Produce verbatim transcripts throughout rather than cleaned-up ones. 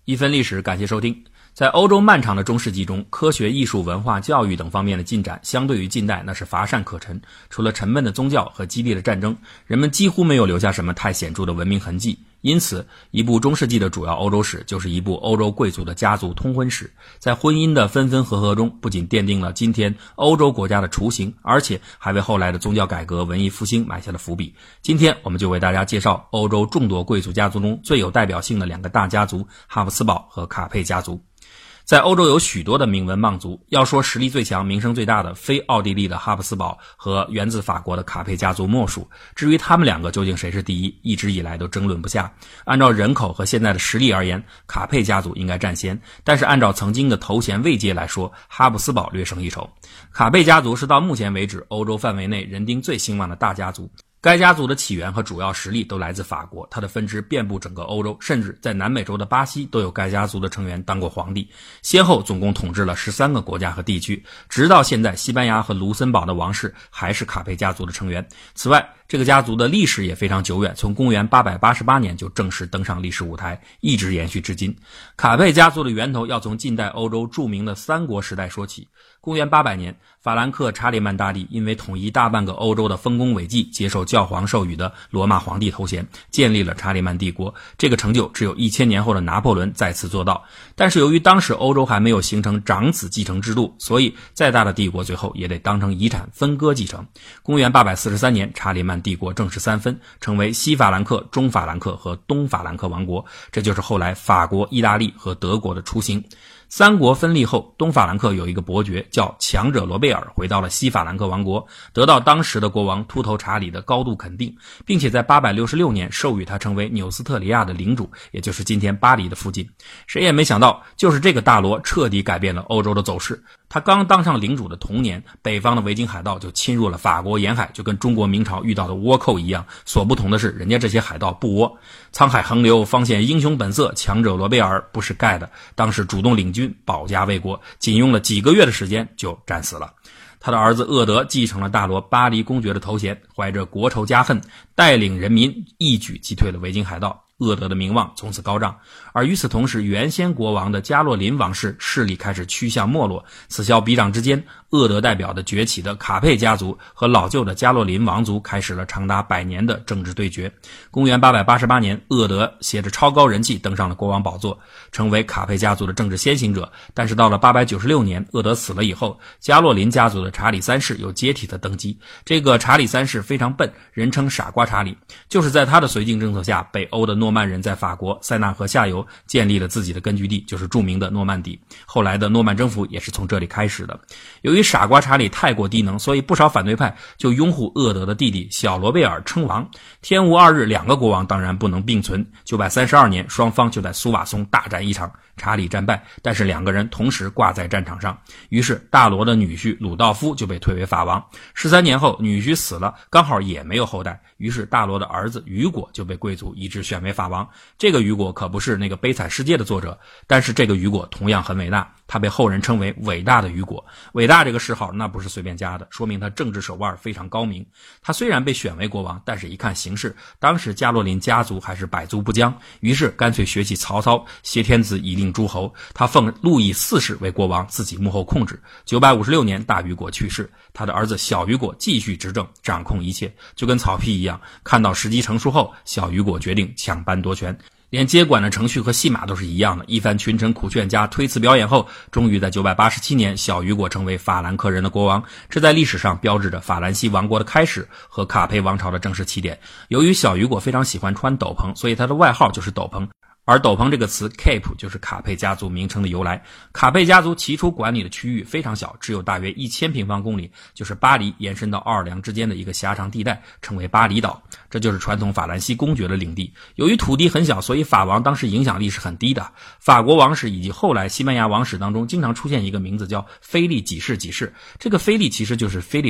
一分历史，感谢收听。在欧洲漫长的中世纪中，科学、艺术、文化、教育等方面的进展，相对于近代那是乏善可陈。除了沉闷的宗教和激烈的战争，人们几乎没有留下什么太显著的文明痕迹。因此，一部中世纪的主要欧洲史就是一部欧洲贵族的家族通婚史。在婚姻的分分合合中，不仅奠定了今天欧洲国家的雏形，而且还为后来的宗教改革、文艺复兴埋下了伏笔。今天我们就为大家介绍欧洲众多贵族家族中最有代表性的两个大家族——哈布斯堡和卡佩家族。在欧洲有许多的名门望族，要说实力最强、名声最大的，非奥地利的哈布斯堡和源自法国的卡佩家族莫属。至于他们两个究竟谁是第一，一直以来都争论不下。按照人口和现在的实力而言，卡佩家族应该占先，但是按照曾经的头衔位阶来说，哈布斯堡略胜一筹。卡佩家族是到目前为止欧洲范围内人丁最兴旺的大家族。该家族的起源和主要实力都来自法国，它的分支遍布整个欧洲，甚至在南美洲的巴西都有该家族的成员当过皇帝，先后总共统治了十三个国家和地区，直到现在西班牙和卢森堡的王室还是卡佩家族的成员。此外，这个家族的历史也非常久远，从公元八百八十八年就正式登上历史舞台，一直延续至今。卡佩家族的源头要从近代欧洲著名的三国时代说起。公元八百年，法兰克查理曼大帝因为统一大半个欧洲的丰功伟绩，接受教皇授予的罗马皇帝头衔，建立了查理曼帝国。这个成就只有一千年后的拿破仑再次做到。但是由于当时欧洲还没有形成长子继承制度，所以再大的帝国最后也得当成遗产分割继承。公元八百四十三年，查理曼帝国正式三分，成为西法兰克、中法兰克和东法兰克王国，这就是后来法国、意大利和德国的雏形。三国分立后，东法兰克有一个伯爵叫强者罗贝尔，回到了西法兰克王国，得到当时的国王秃头查理的高度肯定，并且在八百六十六年授予他成为纽斯特里亚的领主，也就是今天巴黎的附近。谁也没想到，就是这个大罗彻底改变了欧洲的走势。他刚当上领主的同年，北方的维京海盗就侵入了法国沿海，就跟中国明朝遇到的倭寇一样，所不同的是人家这些海盗不倭。沧海横流，方显英雄本色，强者罗贝尔不是盖的，当时主动领军保家卫国，仅用了几个月的时间就战死了。他的儿子鄂德继承了大罗巴黎公爵的头衔，怀着国仇家恨，带领人民一举击退了维京海盗。鄂德的名望从此高涨，而与此同时，原先国王的加洛林王室势力开始趋向没落。此消彼长之间，鄂德代表的崛起的卡佩家族和老旧的加洛林王族开始了长达百年的政治对决。公元八百八十八年，鄂德携着超高人气登上了国王宝座，成为卡佩家族的政治先行者。但是到了八百九十六年，鄂德死了以后，加洛林家族的查理三世又接替他登基。这个查理三世非常笨，人称傻瓜查理，就是在他的绥靖政策下，北欧的诺曼人在法国塞纳河下游建立了自己的根据地，就是著名的诺曼底。后来的诺曼征服也是从这里开始的。由于傻瓜查理太过低能，所以不少反对派就拥护鄂德的弟弟小罗贝尔称王。天无二日，两个国王当然不能并存。九百三十二年，双方就在苏瓦松大战一场，查理战败，但是两个人同时挂在战场上。于是大罗的女婿鲁道夫就被推为法王。十三年后，女婿死了，刚好也没有后代，于是大罗的儿子雨果就被贵族一致选为法王。这个雨果可不是那个悲惨世界的作者，但是这个雨果同样很伟大，他被后人称为伟大的雨果。伟大这个谥号那不是随便加的，说明他政治手腕非常高明。他虽然被选为国王，但是一看形势，当时加洛林家族还是百足不僵，于是干脆学习曹操，挟天子以令诸侯。他奉路易四世为国王，自己幕后控制。九百五十六年，大雨果去世，他的儿子小雨果继续执政，掌控一切，就跟草皮一样。看到时机成熟后，小雨果决定抢班夺权。连接管的程序和戏码都是一样的，一番群臣苦劝加推辞表演后，终于在九百八十七年，小雨果成为法兰克人的国王。这在历史上标志着法兰西王国的开始和卡佩王朝的正式起点。由于小雨果非常喜欢穿斗篷，所以他的外号就是斗篷。而斗篷这个词 cape 就是卡佩家族名称的由来。卡佩家族起初管理的区域非常小，只有大约一千平方公里，就是巴黎延伸到奥尔良之间的一个狭长地带，称为巴厘岛。这就是传统法兰西公爵的领地。由于土地很小，所以法王当时影响力是很低的。法国王室以及后来西班牙王室当中经常出现一个名字叫菲利几世几世，这个菲利其实就是 Philip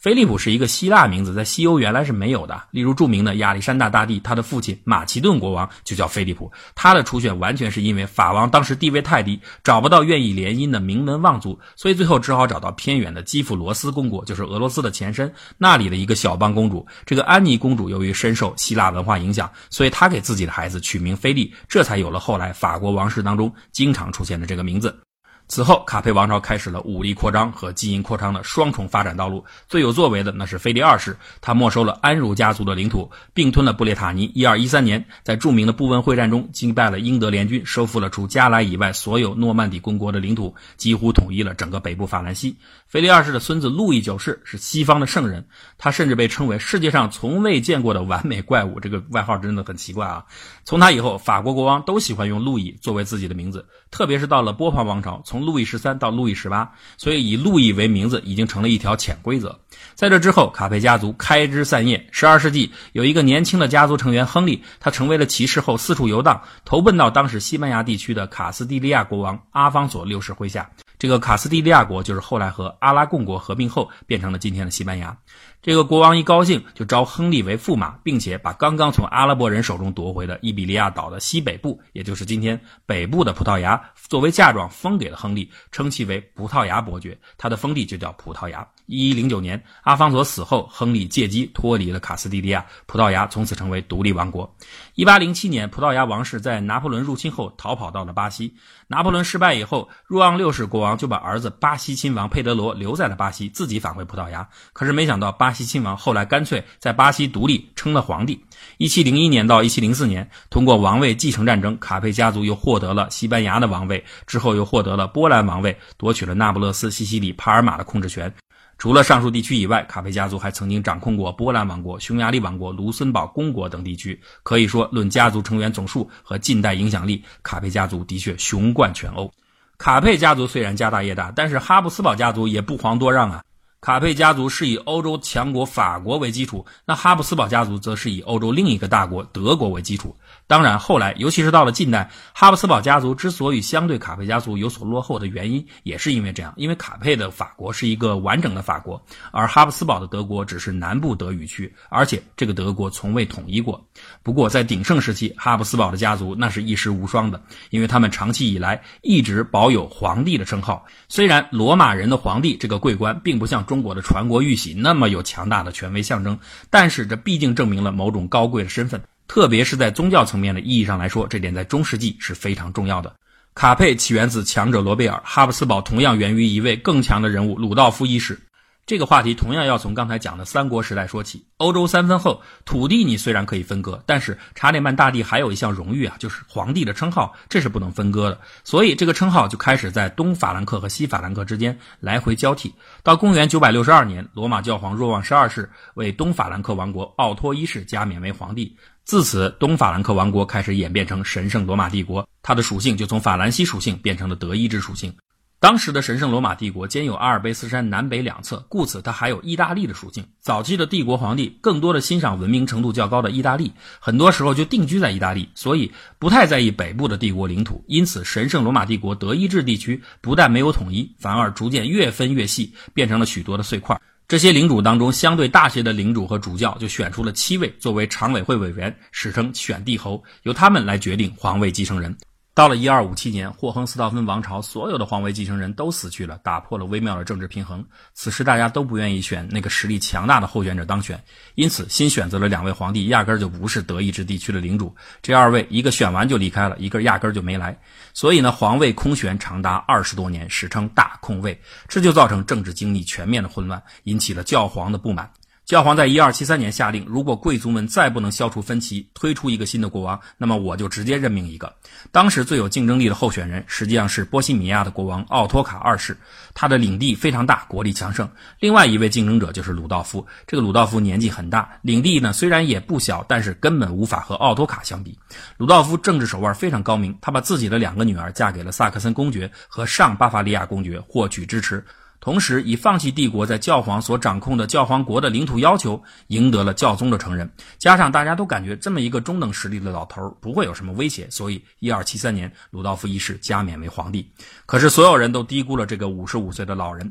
菲利普是一个希腊名字，在西欧原来是没有的。例如著名的亚历山大大帝，他的父亲马其顿国王就叫菲利普。他的出选完全是因为法王当时地位太低，找不到愿意联姻的名门望族，所以最后只好找到偏远的基辅罗斯公国，就是俄罗斯的前身，那里的一个小邦公主。这个安妮公主由于深受希腊文化影响，所以她给自己的孩子取名菲利，这才有了后来法国王室当中经常出现的这个名字。此后卡佩王朝开始了武力扩张和基因扩张的双重发展道路。最有作为的那是腓力二世，他没收了安茹家族的领土，并吞了布列塔尼。一二一三年在著名的布温会战中击败了英德联军，收复了除加莱以外所有诺曼底公国的领土，几乎统一了整个北部法兰西。腓力二世的孙子路易九世是西方的圣人，他甚至被称为世界上从未见过的完美怪物，这个外号真的很奇怪啊。从他以后，法国国王都喜欢用路易作为自己的名字，特别是到了波旁王朝，从路易十三到路易十八，所以以路易为名字已经成了一条潜规则。在这之后，卡佩家族开枝散叶。十二世纪有一个年轻的家族成员亨利，他成为了骑士后四处游荡，投奔到当时西班牙地区的卡斯蒂利亚国王阿方索六世麾下。这个卡斯蒂利亚国就是后来和阿拉贡国合并后变成了今天的西班牙。这个国王一高兴就招亨利为驸马，并且把刚刚从阿拉伯人手中夺回的伊比利亚岛的西北部，也就是今天北部的葡萄牙，作为嫁妆封给了亨利，称其为葡萄牙伯爵，他的封地就叫葡萄牙。一一零九年阿方索死后，亨利借机脱离了卡斯蒂利亚，葡萄牙从此成为独立王国。一八零七年葡萄牙王室在拿破仑入侵后逃跑到了巴西，拿破仑失败以后，若昂六世国王就把儿子巴西亲王佩德罗留在了巴西，自己返回葡萄牙。可是没想到巴西亲王后来干脆在巴西独立，称了皇帝。一七零一年到一七零四年，通过王位继承战争，卡佩家族又获得了西班牙的王位，之后又获得了波兰王位，夺取了那不勒斯、西西里、帕尔马的控制权。除了上述地区以外，卡佩家族还曾经掌控过波兰王国、匈牙利王国、卢森堡公国等地区。可以说，论家族成员总数和近代影响力，卡佩家族的确雄冠全欧。卡佩家族虽然家大业大，但是哈布斯堡家族也不遑多让啊。卡佩家族是以欧洲强国法国为基础，那哈布斯堡家族则是以欧洲另一个大国德国为基础。当然后来尤其是到了近代，哈布斯堡家族之所以相对卡佩家族有所落后的原因也是因为这样，因为卡佩的法国是一个完整的法国，而哈布斯堡的德国只是南部德语区，而且这个德国从未统一过。不过在鼎盛时期，哈布斯堡的家族那是一时无双的，因为他们长期以来一直保有皇帝的称号。虽然罗马人的皇帝这个桂冠并不像中国的传国玉玺那么有强大的权威象征，但是这毕竟证明了某种高贵的身份，特别是在宗教层面的意义上来说，这点在中世纪是非常重要的。卡佩起源自强者罗贝尔，哈布斯堡同样源于一位更强的人物鲁道夫一世。这个话题同样要从刚才讲的三国时代说起。欧洲三分后，土地你虽然可以分割，但是查理曼大帝还有一项荣誉啊，就是皇帝的称号，这是不能分割的。所以这个称号就开始在东法兰克和西法兰克之间来回交替。到公元九百六十二年，罗马教皇若望十二世为东法兰克王国奥托一世加冕为皇帝。自此，东法兰克王国开始演变成神圣罗马帝国，它的属性就从法兰西属性变成了德意志属性。当时的神圣罗马帝国兼有阿尔卑斯山南北两侧，故此它还有意大利的属性。早期的帝国皇帝更多的欣赏文明程度较高的意大利，很多时候就定居在意大利，所以不太在意北部的帝国领土。因此神圣罗马帝国德意志地区不但没有统一，反而逐渐越分越细，变成了许多的碎块。这些领主当中，相对大些的领主和主教就选出了七位作为常委会委员，史称选帝侯，由他们来决定皇位继承人。到了一二五七年，霍亨斯道芬王朝所有的皇位继承人都死去了，打破了微妙的政治平衡。此时大家都不愿意选那个实力强大的候选者当选，因此新选择了两位皇帝压根儿就不是德意志地区的领主。这二位一个选完就离开了，一个压根儿就没来。所以呢，皇位空悬长达二十多年，史称大空位。这就造成政治经济全面的混乱，引起了教皇的不满。教皇在一二七三年下令，如果贵族们再不能消除分歧，推出一个新的国王，那么我就直接任命一个。当时最有竞争力的候选人实际上是波西米亚的国王奥托卡二世，他的领地非常大，国力强盛。另外一位竞争者就是鲁道夫，这个鲁道夫年纪很大，领地呢虽然也不小，但是根本无法和奥托卡相比。鲁道夫政治手腕非常高明，他把自己的两个女儿嫁给了萨克森公爵和上巴伐利亚公爵，获取支持。同时以放弃帝国在教皇所掌控的教皇国的领土要求，赢得了教宗的承认。加上大家都感觉这么一个中等实力的老头不会有什么威胁，所以一二七三年鲁道夫一世加冕为皇帝。可是所有人都低估了这个五十五岁的老人。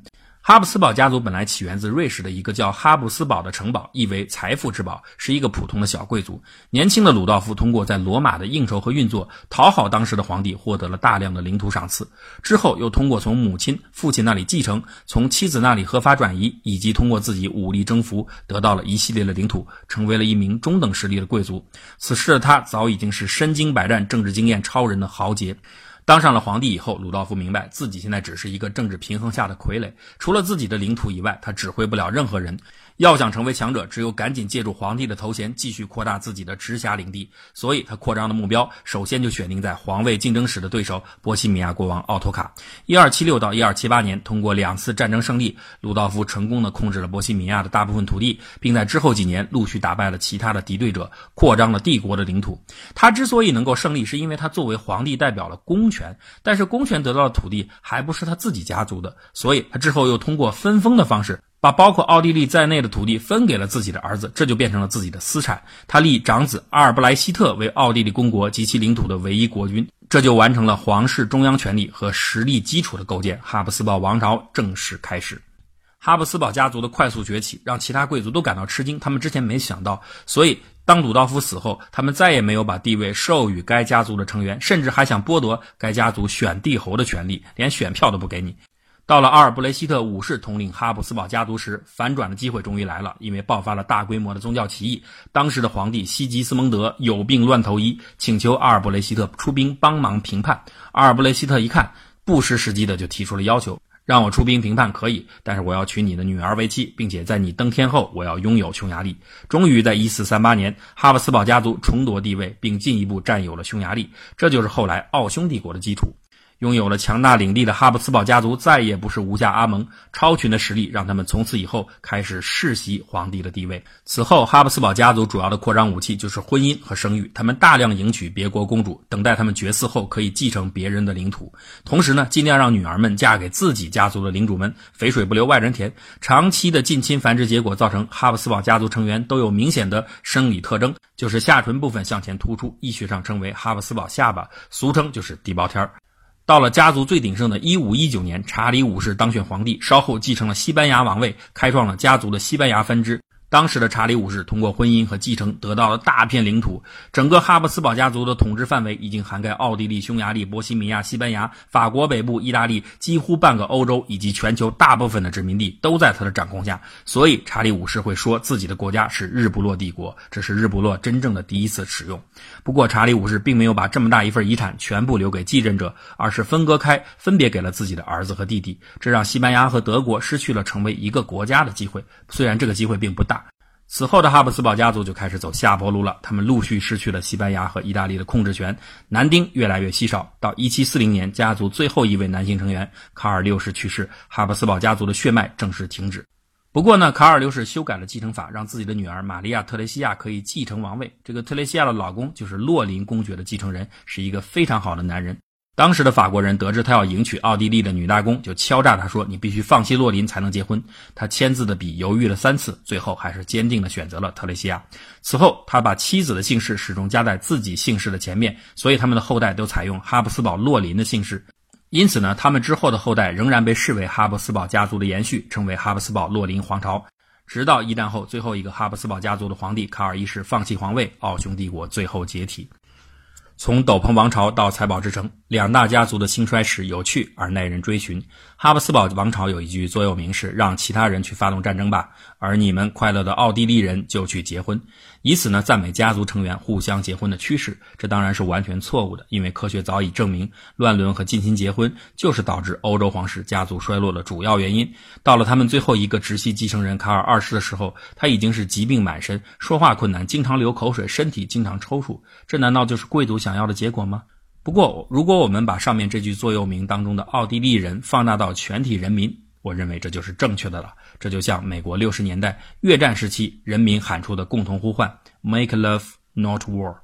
哈布斯堡家族本来起源自瑞士的一个叫哈布斯堡的城堡，意为财富之堡，是一个普通的小贵族。年轻的鲁道夫通过在罗马的应酬和运作，讨好当时的皇帝，获得了大量的领土赏赐。之后又通过从母亲、父亲那里继承，从妻子那里合法转移，以及通过自己武力征服，得到了一系列的领土，成为了一名中等实力的贵族。此时的他早已经是身经百战、政治经验超人的豪杰。当上了皇帝以后，鲁道夫明白自己现在只是一个政治平衡下的傀儡，除了自己的领土以外，他指挥不了任何人。要想成为强者，只有赶紧借助皇帝的头衔继续扩大自己的直辖领地。所以他扩张的目标首先就选定在皇位竞争史的对手波西米亚国王奥托卡。一二七六到一二七八年，通过两次战争胜利，鲁道夫成功的控制了波西米亚的大部分土地，并在之后几年陆续打败了其他的敌对者，扩张了帝国的领土。他之所以能够胜利，是因为他作为皇帝代表了公权，但是公权得到的土地还不是他自己家族的，所以他之后又通过分封的方式把包括奥地利在内的土地分给了自己的儿子，这就变成了自己的私产。他立长子阿尔布莱希特为奥地利公国及其领土的唯一国君，这就完成了皇室中央权力和实力基础的构建。哈布斯堡王朝正式开始。哈布斯堡家族的快速崛起让其他贵族都感到吃惊，他们之前没想到，所以当鲁道夫死后，他们再也没有把地位授予该家族的成员，甚至还想剥夺该家族选帝侯的权利，连选票都不给你。到了阿尔布雷希特五世统领哈布斯堡家族时，反转的机会终于来了，因为爆发了大规模的宗教起义。当时的皇帝西吉斯蒙德有病乱投医，请求阿尔布雷希特出兵帮忙平叛。阿尔布雷希特一看，不失时机的就提出了要求，让我出兵平叛可以，但是我要娶你的女儿为妻，并且在你登天后，我要拥有匈牙利。终于在一四三八年，哈布斯堡家族重夺帝位，并进一步占有了匈牙利，这就是后来奥匈帝国的基础。拥有了强大领地的哈布斯堡家族再也不是无下阿蒙，超群的实力让他们从此以后开始世袭皇帝的地位。此后，哈布斯堡家族主要的扩张武器就是婚姻和生育，他们大量迎娶别国公主，等待他们绝嗣后可以继承别人的领土。同时呢，尽量让女儿们嫁给自己家族的领主们，肥水不流外人田。长期的近亲繁殖结果造成哈布斯堡家族成员都有明显的生理特征，就是下唇部分向前突出，医学上称为哈布斯堡下巴，俗称就是地包天儿。到了家族最鼎盛的一五一九年，查理五世当选皇帝，稍后继承了西班牙王位，开创了家族的西班牙分支。当时的查理五世通过婚姻和继承得到了大片领土，整个哈布斯堡家族的统治范围已经涵盖奥地利、匈牙利、波西米亚、西班牙、法国北部、意大利，几乎半个欧洲以及全球大部分的殖民地都在他的掌控下。所以查理五世会说自己的国家是日不落帝国，这是日不落真正的第一次使用。不过查理五世并没有把这么大一份遗产全部留给继任者，而是分割开，分别给了自己的儿子和弟弟，这让西班牙和德国失去了成为一个国家的机会，虽然这个机会并不大。此后的哈布斯堡家族就开始走下坡路了，他们陆续失去了西班牙和意大利的控制权，男丁越来越稀少。到一七四零年，家族最后一位男性成员卡尔六世去世，哈布斯堡家族的血脉正式停止。不过呢，卡尔六世修改了继承法，让自己的女儿玛利亚特蕾西亚可以继承王位。这个特蕾西亚的老公就是洛林公爵的继承人，是一个非常好的男人。当时的法国人得知他要迎娶奥地利的女大公，就敲诈他说你必须放弃洛林才能结婚。他签字的笔犹豫了三次，最后还是坚定地选择了特蕾西亚。此后他把妻子的姓氏始终加在自己姓氏的前面，所以他们的后代都采用哈布斯堡洛林的姓氏。因此呢，他们之后的后代仍然被视为哈布斯堡家族的延续，称为哈布斯堡洛林皇朝。直到一战后最后一个哈布斯堡家族的皇帝卡尔一世放弃皇位，奥匈帝国最后解体。从斗篷王朝到财宝之城，两大家族的兴衰史有趣而耐人追寻。哈布斯堡王朝有一句座右铭是让其他人去发动战争吧，而你们快乐的奥地利人就去结婚，以此呢赞美家族成员互相结婚的趋势。这当然是完全错误的，因为科学早已证明乱伦和近亲结婚就是导致欧洲皇室家族衰落的主要原因。到了他们最后一个直系继承人卡尔二世的时候，他已经是疾病满身，说话困难，经常流口水，身体经常抽搐，这难道就是贵族想要的结果吗？不过如果我们把上面这句座右铭当中的奥地利人放大到全体人民，我认为这就是正确的了。这就像美国六十年代越战时期人民喊出的共同呼唤 Make love not war。